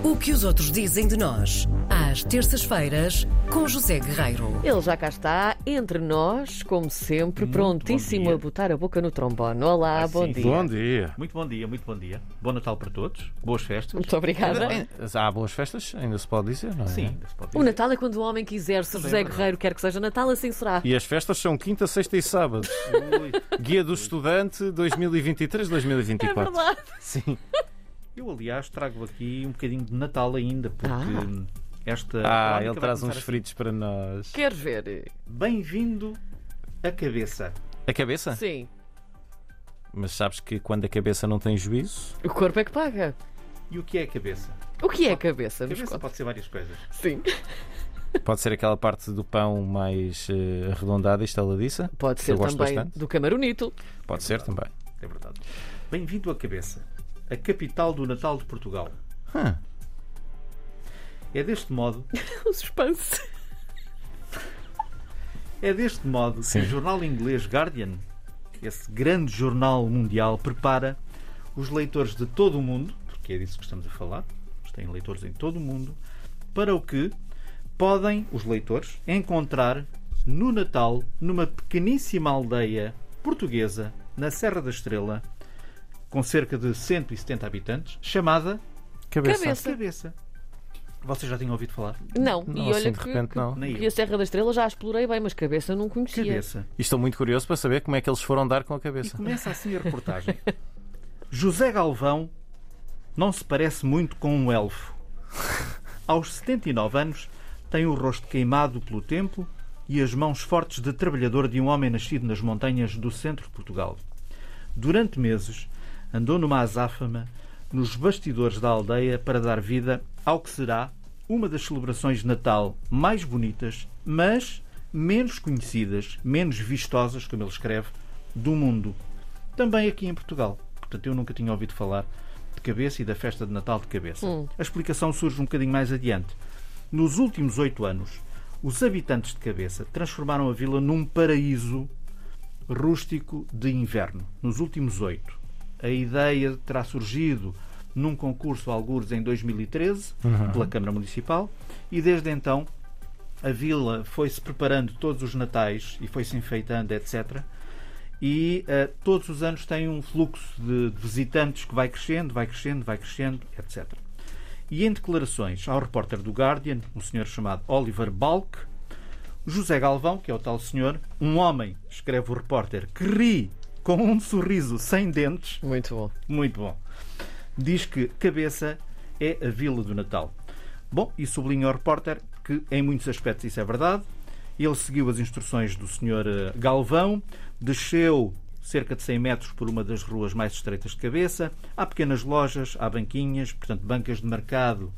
O que os outros dizem de nós, às terças-feiras, com José Guerreiro. Ele já cá está, entre nós, como sempre, Muito prontíssimo bom dia. a botar a boca no trombone. Olá, bom sim. dia. Bom dia. Muito bom dia, muito bom dia. Bom Natal para todos. Boas festas. Muito obrigada. Há boas festas, ainda se pode dizer, não é? Sim, ainda se pode O dizer. Natal é quando o homem quiser. Se Também José é verdade. Guerreiro quer que seja Natal, assim será. E as festas são quinta, sexta e sábado. Ui, Guia do Estudante 2023-2024. É verdade. Sim. eu, aliás, trago aqui um bocadinho de Natal ainda, porque esta. a Mónica Ele vai traz começar uns assim. fritos para nós. Queres ver? Bem-vindo à cabeça. A cabeça? Sim. Mas sabes que quando a cabeça não tem juízo... O corpo é que paga. E o que é a cabeça? O que é a cabeça? A Nos cabeça conta. pode ser várias coisas. Sim. Pode ser aquela parte do pão mais arredondada e estaladiça. Pode que ser eu gosto também bastante. do camaronito. Pode ser também. É verdade. Bem-vindo à cabeça. A capital do Natal de Portugal. Hum. É deste modo O suspense. que Sim. o jornal inglês Guardian, esse grande jornal mundial, prepara os leitores de todo o mundo, porque é disso que estamos a falar, eles têm leitores em todo o mundo, para o que podem os leitores encontrar no Natal, numa pequeníssima aldeia portuguesa, na Serra da Estrela, com cerca de 170 habitantes, chamada Cabeça. Cabeça. Vocês já tinham ouvido falar? Não. Não, E olha assim de que, repente não. Nem que eu. a Serra da Estrela já a explorei bem, mas cabeça não conhecia. Cabeça. E estou muito curioso para saber como é que eles foram dar com a E cabeça. começa assim a reportagem. José Galvão não se parece muito com um elfo. Aos 79 anos, tem o rosto queimado pelo tempo e as mãos fortes de trabalhador de um homem nascido nas montanhas do centro de Portugal. Durante meses, andou numa azáfama nos bastidores da aldeia para dar vida ao que será uma das celebrações de Natal mais bonitas, mas menos conhecidas, menos vistosas, como ele escreve, do mundo. Também aqui em Portugal. Portanto, eu nunca tinha ouvido falar de Cabeça e da festa de Natal de Cabeça. A explicação surge um bocadinho mais adiante. Nos últimos 8 anos, os habitantes de Cabeça transformaram a vila num paraíso rústico de inverno. Nos últimos 8. A ideia terá surgido num concurso algures em 2013, pela Câmara Municipal, e desde então a vila foi-se preparando todos os natais e foi-se enfeitando, etc. E todos os anos tem um fluxo de visitantes que vai crescendo, etc. E em declarações ao repórter do Guardian, um senhor chamado Oliver Balk, José Galvão, que é o tal senhor, um homem, escreve o repórter, que ri com um sorriso sem dentes, Muito bom. muito bom, diz que Cabeça é a vila do Natal. Bom, e sublinha o repórter que em muitos aspectos isso é verdade. Ele seguiu as instruções do Sr. Galvão, desceu cerca de 100 metros por uma das ruas mais estreitas de Cabeça. Há pequenas lojas, há banquinhas, portanto bancas de mercado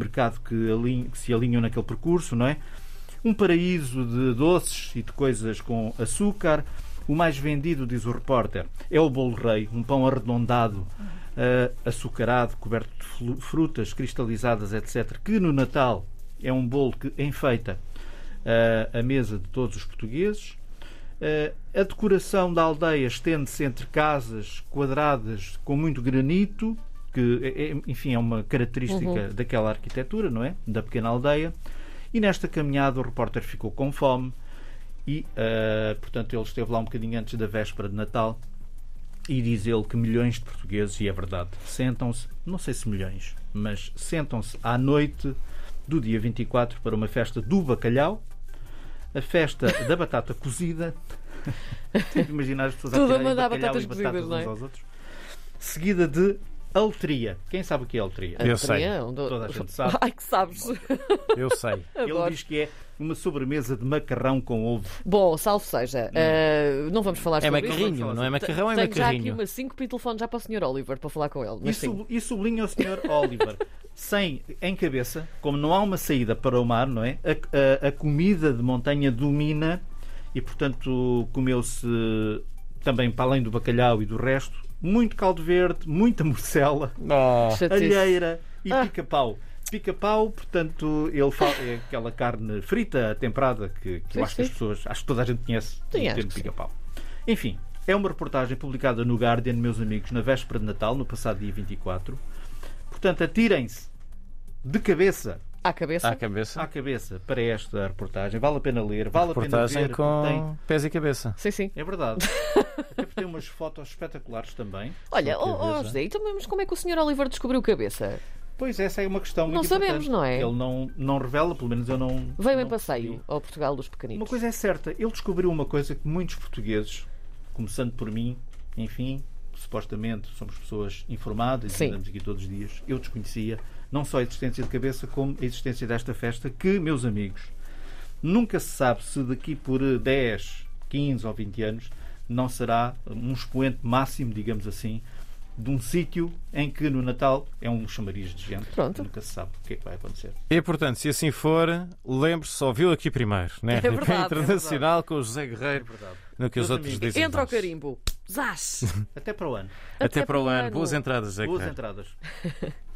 que se alinham naquele percurso, não é? Um paraíso de doces e de coisas com açúcar. O mais vendido, diz o repórter, é o bolo rei, um pão arredondado, açucarado, coberto de frutas cristalizadas, etc., que no Natal é um bolo que enfeita a mesa de todos os portugueses. A decoração da aldeia estende-se entre casas quadradas com muito granito, que, enfim, é uma característica daquela arquitetura, não é? Da pequena aldeia. E nesta caminhada o repórter ficou com fome e, portanto, ele esteve lá um bocadinho antes da véspera de Natal e diz ele que milhões de portugueses, e é verdade, sentam-se, não sei se milhões, mas sentam-se à noite do dia 24 para uma festa do bacalhau, a festa da batata cozida. Tenho de imaginar as pessoas a Tudo a tirarem mandar bacalhau batatas e batatas cozidas, não é? uns aos outros. Seguida de aletria. Quem sabe o que é aletria? Eu sei. Toda a gente sabe. Ai, que sabes. Eu sei. Ele Adoro. diz que é uma sobremesa de macarrão com ovo. Bom, salvo seja, não vamos falar É sobre isso. macarrinho, não é macarrão, é Tenho já aqui macarrinho. umas 5 e telefone já para o Sr. Oliver para falar com ele. E, Mas sim. e sublinha o Sr. Oliver. Em Cabeça, como não há uma saída para o mar, não é? A comida de montanha domina e, portanto, comeu-se também, para além do bacalhau e do resto, muito caldo verde, muita morcela, Chatice. alheira e pica-pau. Pica-pau, portanto, ele fala, é aquela carne frita, temperada, que eu acho que as pessoas, acho que toda a gente conhece o Sim, acho termo que sim. pica-pau. Enfim, é uma reportagem publicada no Guardian, meus amigos, na véspera de Natal, no passado dia 24. Portanto, atirem-se de cabeça. À cabeça. À cabeça. À cabeça para esta reportagem. Vale a pena ler, vale a pena Reportagem ver. com pés e cabeça. Sim, sim. É verdade. Até porque tem umas fotos espetaculares também. Olha, Só cabeça. José, então, mas como é que o Sr. Oliver descobriu cabeça? Pois essa é uma questão muito Não sabemos, importante. não é? Ele não revela, pelo menos eu não. Veio em não passeio percebi. ao Portugal dos Pequeninos. Uma coisa é certa, ele descobriu uma coisa que muitos portugueses, começando por mim, enfim, supostamente somos pessoas informadas Sim. e andamos aqui todos os dias, eu desconhecia não só a existência de cabeça, como a existência desta festa que, meus amigos, nunca se sabe se daqui por 10, 15 ou 20 anos não será um expoente máximo, digamos assim, de um sítio em que no Natal é um chamariz de gente. Pronto. Nunca se sabe o que é que vai acontecer. E, portanto, se assim for, lembre-se, só viu aqui primeiro, né? É verdade, RTP Internacional com o José Guerreiro, verdade. no que os Meus outros amigos, dizem. Entra ao mais. carimbo. Zás! Até para o ano. Até para o ano. Boas entradas, José Boas Guerreiro. entradas.